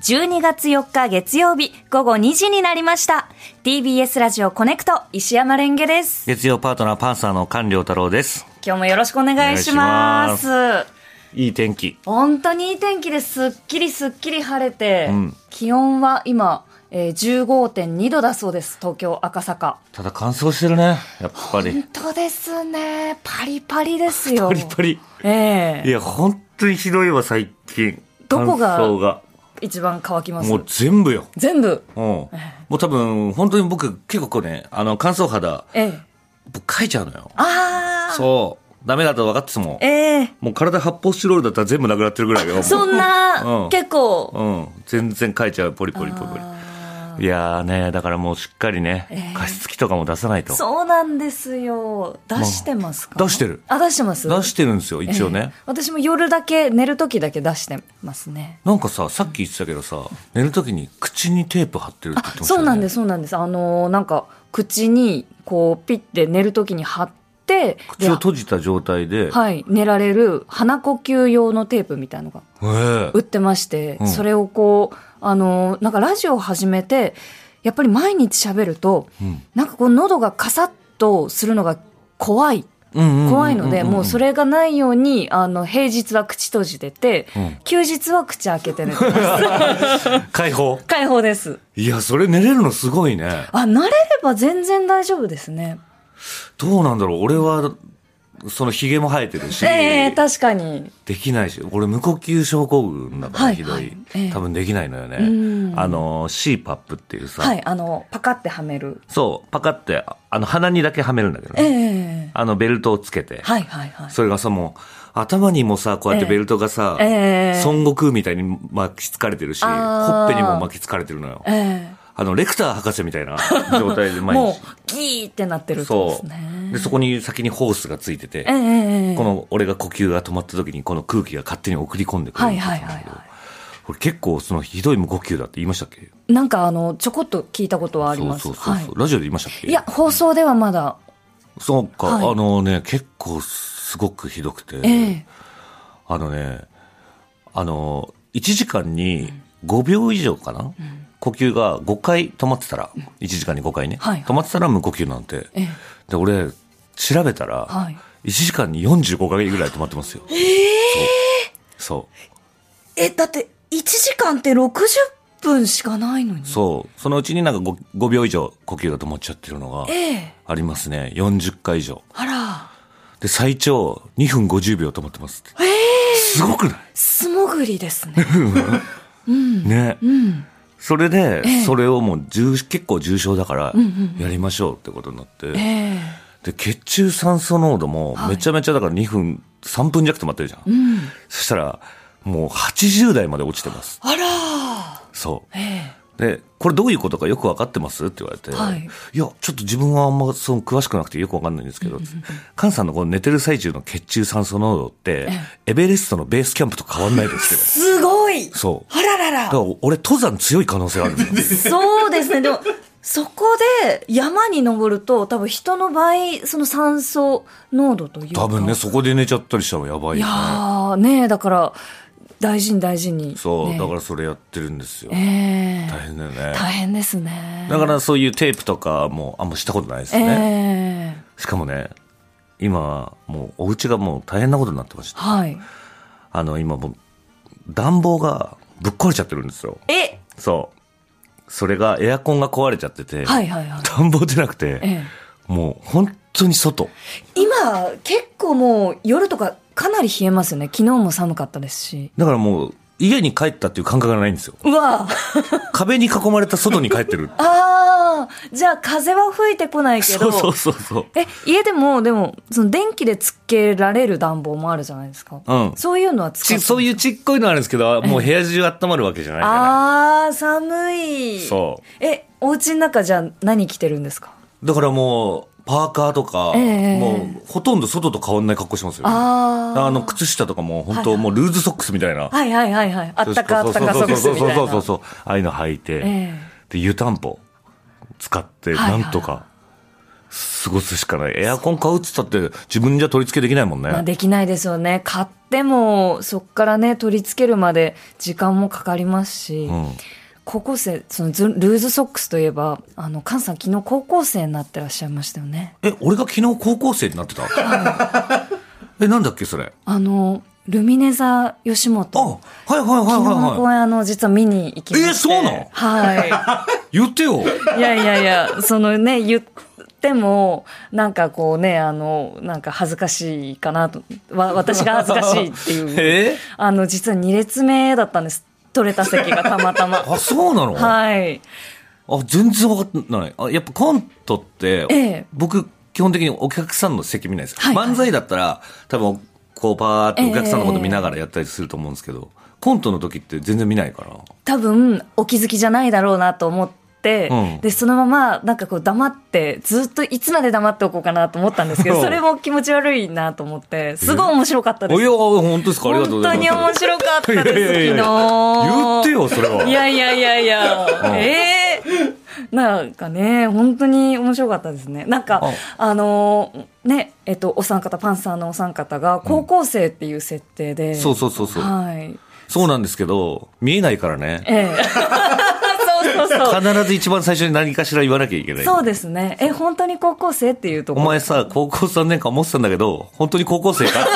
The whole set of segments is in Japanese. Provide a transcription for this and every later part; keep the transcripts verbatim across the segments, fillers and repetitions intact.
じゅうにがつよっか月曜日午後にじになりました。 ティービーエス ラジオコネクト石山レンゲです。 月曜パートナーパンサーの菅良太郎です。 今日もよろしくお願いします。 いい天気、 本当にいい天気です。すっきりすっきり晴れて、うん、気温は今、えー、じゅうごてんにどだそうです。東京赤坂。 ただ乾燥してるね、やっぱり。 本当ですね、パリパリですよ。 パリパリ、 えー、 いや本当にひどいわ最近。 どこが乾燥が一番乾きます？ もう全部よ。 全部、 うん、もう多分本当に僕結構ね、あの乾燥肌、ええ、僕かいちゃうのよ。ああ、そうダメだと分かってても、ええ、もう体発泡スチロールだったら全部なくなってるぐらいよ。 そんな、うん、結構、 うん、全然かいちゃう。ポリポリポリポリ。いやーね、だからもうしっかりね、えー、加湿器とかも出さないと。そうなんですよ。出してますか？ まあ、出してる。 あ、出してます。 出してるんですよ一応ね、 えー、私も夜だけ寝る時だけ出してますね。 なんかさ、さっき言ってたけどさ、寝る時に口にテープ貼ってるって言ってましたよね。 そうなんですそうなんです。あのー、なんか口にこうピッて寝る時に貼って口を閉じた状態で、 はい、寝られる鼻呼吸用のテープみたいなのが売ってまして、うん、それをこうあのなんかラジオを始めてやっぱり毎日喋ると、うん、なんかこう喉がカサッとするのが怖い怖いので、もうそれがないようにあの平日は口閉じてて、うん、休日は口開けて寝てます解放解放です。 いやそれ寝れるのすごいね。 あ、慣れれば全然大丈夫ですね。 どうなんだろう、俺はそのヒゲも生えてるし、 えー、確かにできないし、俺無呼吸症候群だからひどい、はいはい、えー、多分できないのよね。あの シーパップ っていうさ、 はい、あのパカってはめる、そうパカってあの鼻にだけはめるんだけどね、えー、あのベルトをつけて、 はいはいはい、 それがさもう頭にもさこうやってベルトがさ、えー、孫悟空みたいに巻きつかれてるし、ほっぺにも巻きつかれてるのよ、えーあのレクター博士みたいな状態で毎日もうギーってなってるんですね。 そうでそこに先にホースがついてて、えー、この俺が呼吸が止まった時にこの空気が勝手に送り込んでくるんですけど、はいはいはいはい、これ結構そのひどい無呼吸だって言いましたっけ？ なんかあのちょこっと聞いたことはあります。 そうそうそうそう、はい、ラジオで言いましたっけ？ いや放送ではまだ。 そうか、はい、あのね結構すごくひどくて、えー、あのねあのいちじかんにごびょう以上かな、うん、呼吸がごかい止まってたら、いちじかんにごかいね、はいはい、止まってたら無呼吸なんて、ええ、で俺調べたら、はい、いちじかんによんじゅうごかいぐらい止まってますよ。えー、そうそうえだっていちじかんってろくじゅっぷんしかないのに。 そうそのうちになんか 5, ごびょう以上呼吸が止まっちゃってるのがありますね、えー、よんじゅっかい以上。 あらで最長にふんごじゅうびょう止まってますって、えー、すごくない？素潜りですねうん、ね、うん、それで、ええ、それをもう結構重症だからやりましょうってことになって、うんうんうん、えで血中酸素濃度もめちゃめちゃだからにふん、さんぷん弱止まってるじゃん、うん、そしたらもうはちじゅうだいまで落ちてます。 あらそう、えでこれどういうことかよく分かってますって言われて、はい、いやちょっと自分はあんまその詳しくなくてよく分かんないんですけど、菅さんのこの寝てる最中の血中酸素濃度って、えエベレストのベースキャンプと変わんないですけどすごい。 そうあららら、 だから俺登山強い可能性あるんですよそうですね。でもそこで山に登ると多分人の倍その酸素濃度というか多分ねそこで寝ちゃったりしたらやばいよね。いやーねだから大事に大事に、ね、 そうだからそれやってるんですよ、えー、大変だよね。 大変ですね。 だからそういうテープとかもあんましたことないですね、えー、しかもね今もうお家がもう大変なことになってまして、はい、あの今もう暖房がぶっ壊れちゃってるんですよ。 えそうそれがエアコンが壊れちゃってて、はいはいはい、暖房出なくて、ええ、もう本当に外今結構もう夜とかかなり冷えますよね。昨日も寒かったですし。 だからもう家に帰ったっていう感覚がないんですよ。 うわ壁に囲まれた外に帰ってるああじゃあ風は吹いてこないけどそうそうそうそうえ家でもでもその電気でつけられる暖房もあるじゃないですか、うん、そういうのは使ってそういうちっこいのあるんですけどもう部屋中温まるわけじゃないからああ寒い。そうえお家の中じゃあ何着てるんですか？ だからもうパーカーとか、えー、もうほとんど外と変わんない格好してますよね。ああの靴下とかも本当、はい、もうルーズソックスみたいなはいはいはいはいあったかあったかソックスみたいなそうそうそうそうああいうの履いて、えー、で湯たんぽ使ってなんとか過ごすしかない。エアコン買うって言ったって自分じゃ取り付けできないもんね。 まあ、できないですよね。買ってもそっからね取り付けるまで時間もかかりますし、うん、高校生そのルーズソックスといえばあの菅さん昨日高校生になってらっしゃいましたよね。 え、俺が昨日高校生になってた？え、なんだっけそれ。 あのルミネ座吉本。 あ、はいはいはいはい、はい、昨日の公演あの実は見に行きまして。 え、そうなの？ はい。 言ってよ。 いやいやいや、そのね言ってもなんかこうねあのなんか恥ずかしいかなと、わ私が恥ずかしいっていう。 え？ あの実はに列目だったんです。取れた席がたまたま。 あ、そうなの？ はい。 あ、全然分かってない。あ、やっぱコントって、ええ、僕基本的にお客さんの席見ないです。はいはい、漫才だったら多分こうパーってお客さんのこと見ながらやったりすると思うんですけど、えー、コントの時って全然見ないから。 多分お気づきじゃないだろうなと思って、うん、でそのままなんかこう黙ってずっといつまで黙っておこうかなと思ったんですけど、それも気持ち悪いなと思ってすごい面白かったです。 いや本当ですか？ありがとうございます。 本当に面白かったです。昨日言ってよそれは。 いやいやいやいや、うん、えーなんかね本当に面白かったですね。なんか あ, あのー、ねえっとお三方パンサーのお三方が高校生っていう設定で、うん、 そうそうそうそう、 はい、 そうなんですけど見えないからね。 ええそうそうそう必ず一番最初に何かしら言わなきゃいけない。 そうですね。え本当に高校生っていうところ。 お前さ高校さんねんかん思ってたんだけど本当に高校生か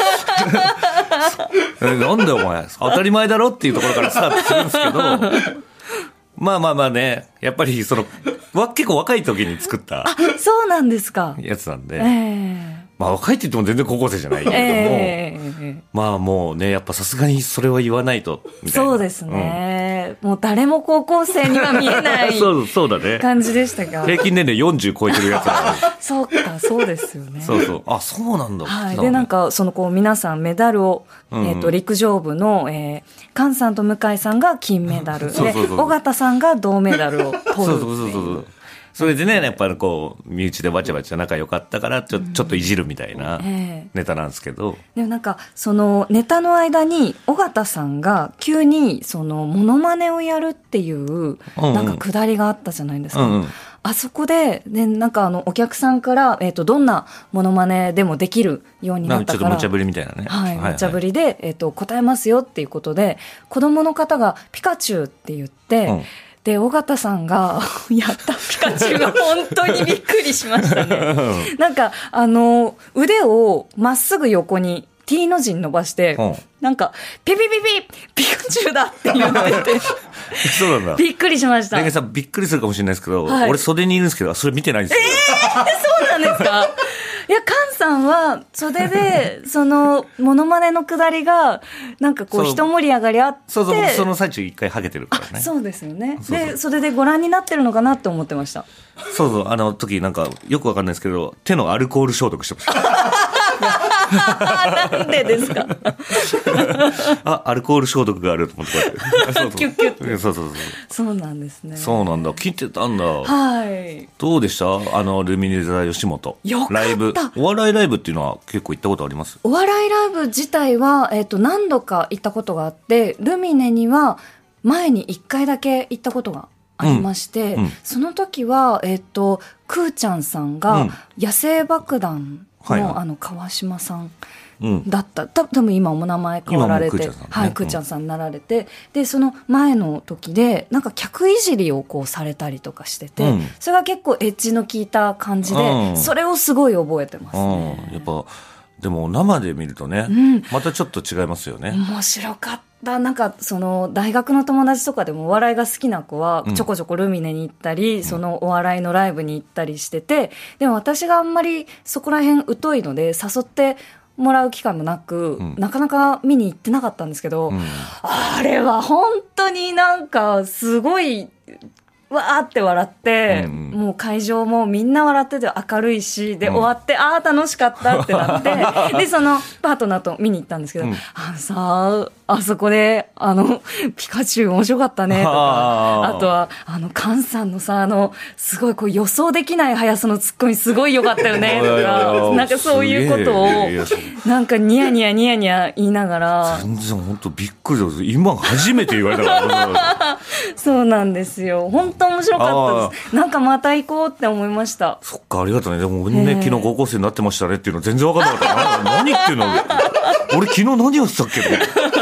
っていうなんでお前当たり前だろっていうところからスタートするんですけどまあまあまあね、やっぱりそのわ結構若い時に作ったあそうなんですかやつなんで、 えー、 まあ若いって言っても全然高校生じゃないけれども、えー、まあもうねやっぱさすがにそれは言わないとみたいな。 そうですね、うん、もう誰も高校生には見えないそうそうだね感じでしたが平均年齢よんじゅう超えてるやつなのそうかそうですよね。 そうそうあそうなんだ、 はい、でなんかそのこう皆さんメダルを、うんえー、と陸上部の、えー、菅さんと向井さんが金メダルで尾形さんが銅メダルを取るっていう。そうそうそうそうそれでねやっぱりこう身内でバチャバチャ仲良かったからちょ、うん、ちょっといじるみたいなネタなんですけど、 えー、でもなんかそのネタの間に尾形さんが急にそのモノマネをやるっていうなんかくだりがあったじゃないですか、うんうん、あそこで、ね、なんかあのお客さんから、えー、とどんなモノマネでもできるようになったからちょっと無茶ぶりみたいなね、 はいはいはい、無茶ぶりで、えー、と答えますよっていうことで子供の方がピカチュウって言って、うんで尾形さんがやったピカチュウが本当にびっくりしましたねなんかあの腕をまっすぐ横に T の字に伸ばして、うん、なんかピピピピピカチュウだって言っててそうなんだびっくりしました。 レンゲさんびっくりするかもしれないですけど、はい、俺袖にいるんですけどそれ見てないんですよ。 えー、そうなんですかいや菅さんは袖でそのモノマネのくだりがなんかこう一盛り上がりあってそうそうその最中一回ハゲてるからね。 そうですよね。そうそうで袖でご覧になってるのかなって思ってました。 そうそうあの時なんかよくわかんないですけど手のアルコール消毒してましたなんでですかあアルコール消毒があると思ってこうやってキュッキュッてそうそうそうそうなんですね。 そうなんだ聞いてたんだ。 はいどうでしたあのルミネ座吉本よかった。 ライブお笑いライブっていうのは結構行ったことあります？ お笑いライブ自体は、えーと、何度か行ったことがあってルミネには前にいっかいだけ行ったことがありまして、うんうん、その時は、えーと、くーちゃんさんが野生爆弾の、うん、あの川島さんだった、うん、た多分今お名前変わられてくーちゃんさんになられて、うん、でその前の時でなんか客いじりをこうされたりとかしてて、うん、それが結構エッジの効いた感じで、うん、それをすごい覚えてますね、 うん、やっぱでも生で見るとね、うん、またちょっと違いますよね。 面白かった。なんかその大学の友達とかでもお笑いが好きな子はちょこちょこルミネに行ったり、うん、そのお笑いのライブに行ったりしてて、でも私があんまりそこら辺疎いので誘ってもらう機会もなく、うん、なかなか見に行ってなかったんですけど、うん、あれは本当になんかすごいわーって笑って、うん、もう会場もみんな笑ってて明るいしで、うん、終わってあー楽しかったってなってでそのパートナーと見に行ったんですけど、うん、あのさあそこであのピカチュウ面白かったねとか あ, あとはあの菅さんのさあのすごいこう予想できない速さのツッコミすごい良かったよねとかなんかそういうことをなんかニヤニヤニヤニヤ言いながら全然本当びっくりです。今初めて言われたからそうなんですよ。 本当面白かったです。なんかまた行こうって思いました。 そっか、ありがとうね。でも俺ね、昨日高校生になってましたねっていうの全然わかんなかった。何言ってんの俺昨日何をしたっけ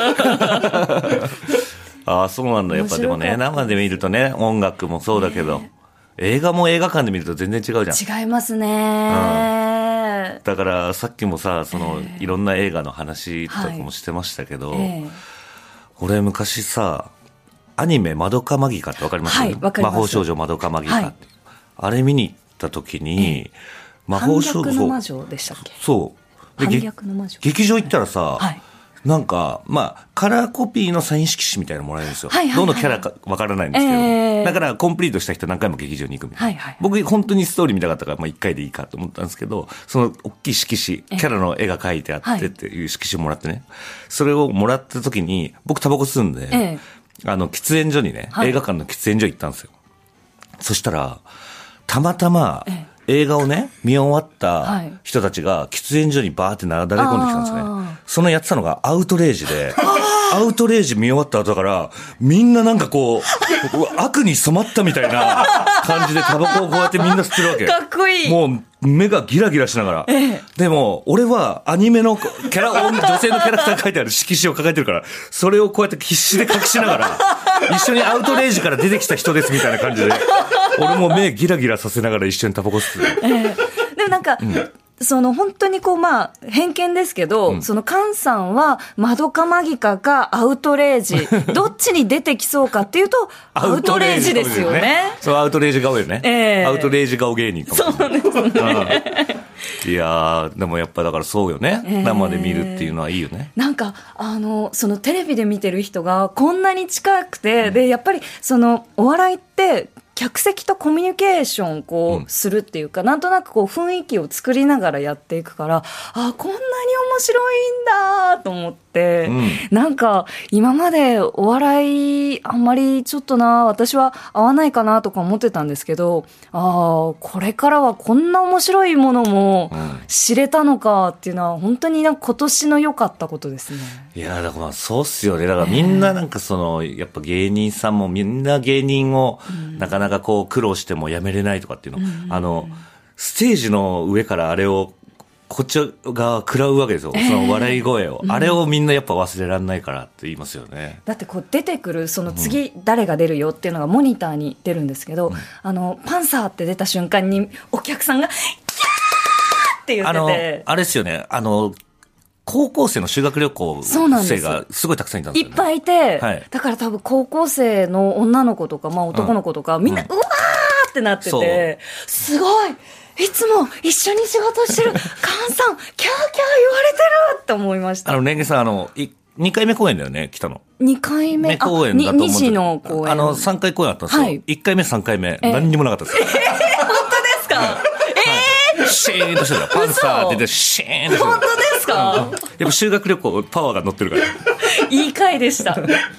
ああ、そうなんだ。やっぱでもね、生で見るとね、音楽もそうだけど、映画も映画館で見ると全然違うじゃん。 違いますね、 うん、だからさっきもさ、その、いろんな映画の話とかもしてましたけど、はい、俺昔さ、アニメマドカマギカってわかります？ はい、わかります。 魔法少女マドカマギカって、はい、あれ見に行った時に、 魔法少女反逆の魔女でしたっけ？ そう反逆の魔女。 劇場行ったらさ、はい、なんか、まあ、カラーコピーのサイン色紙みたいなのもらえるんですよ。はいはいはい、どのキャラかわからないんですけど、えー、だからコンプリートした人何回も劇場に行くみたいな。はいはいはい、僕本当にストーリー見たかったから、まあ一回でいいかと思ったんですけど、その大きい色紙、キャラの絵が描いてあってっていう色紙をもらってね、それをもらった時に、僕タバコ吸うんで、えー、あの、喫煙所にね、はい、映画館の喫煙所行ったんですよ。そしたら、たまたま、えー映画をね、見終わった人たちが喫煙所にバーってなだれ込んできたんですね。そのやってたのがアウトレイジで、アウトレイジ見終わった後だから、みんななんかこう、悪に染まったみたいな感じでタバコをこうやってみんな吸ってるわけ。 かっこいい。 もう目がギラギラしながら。ええ、でも、俺はアニメのキャラ、女性のキャラクターが書いてある色紙を抱えてるから、それをこうやって必死で隠しながら、一緒にアウトレイジから出てきた人ですみたいな感じで、俺も目ギラギラさせながら一緒にタバコ吸ってる。ええ、 でもなんか、うん、その本当にこうまあ偏見ですけど、うん、その菅さんはマドカマギカかアウトレイジどっちに出てきそうかっていうとアウトレイジですよね。 そう、アウトレイジ顔よね、えー、アウトレイジ顔芸人かもしれない。そうですね。いやーでもやっぱだからそうよね、えー、生で見るっていうのはいいよね。 なんかあのそのテレビで見てる人がこんなに近くて、うん、でやっぱりそのお笑いって客席とコミュニケーションこうするっていうか、うん、なんとなくこう雰囲気を作りながらやっていくから、あ、こんなに面白いんだと思って、うん、なんか今までお笑いあんまりちょっとな私は合わないかなとか思ってたんですけど、あ、これからはこんな面白いものも知れたのかっていうのは本当になんか今年の良かったことですね。 いやだからそうっすよね。だからみんななんかその、えー、やっぱ芸人さんもみんな芸人をなかなかこう苦労してもやめれないとかっていうの、うん、あのステージの上からあれをこっちが食らうわけですよ、えー、その笑い声を、うん、あれをみんなやっぱ忘れられないからって言いますよね。 だってこう出てくるその次誰が出るよっていうのがモニターに出るんですけど、うん、あのパンサーって出た瞬間にお客さんがキャーって言ってて、あのあれですよね、あの高校生の修学旅行生がすごいたくさんいたんですよね。 いっぱいいて、はい、だから多分高校生の女の子とか、まあ、男の子とか、うん、みんな、うん、うわーってなってて、すごいいつも一緒に仕事してる菅さんキャーキャー言われてるって思いました。 あのレンゲさん、あのにかいめ公演だよね、来たの。 にかいめ公演だと思うんですけど、 の公演、 あのさんかい公演あったんですよ、はい、いっかいめさんかいめ何にもなかったです。 えー、本当ですか？えー、 シーンとしてた。パンサー出てシーンとしてた。 本当ですか？ やっぱ修学旅行パワーが乗ってるから。 いい回でした。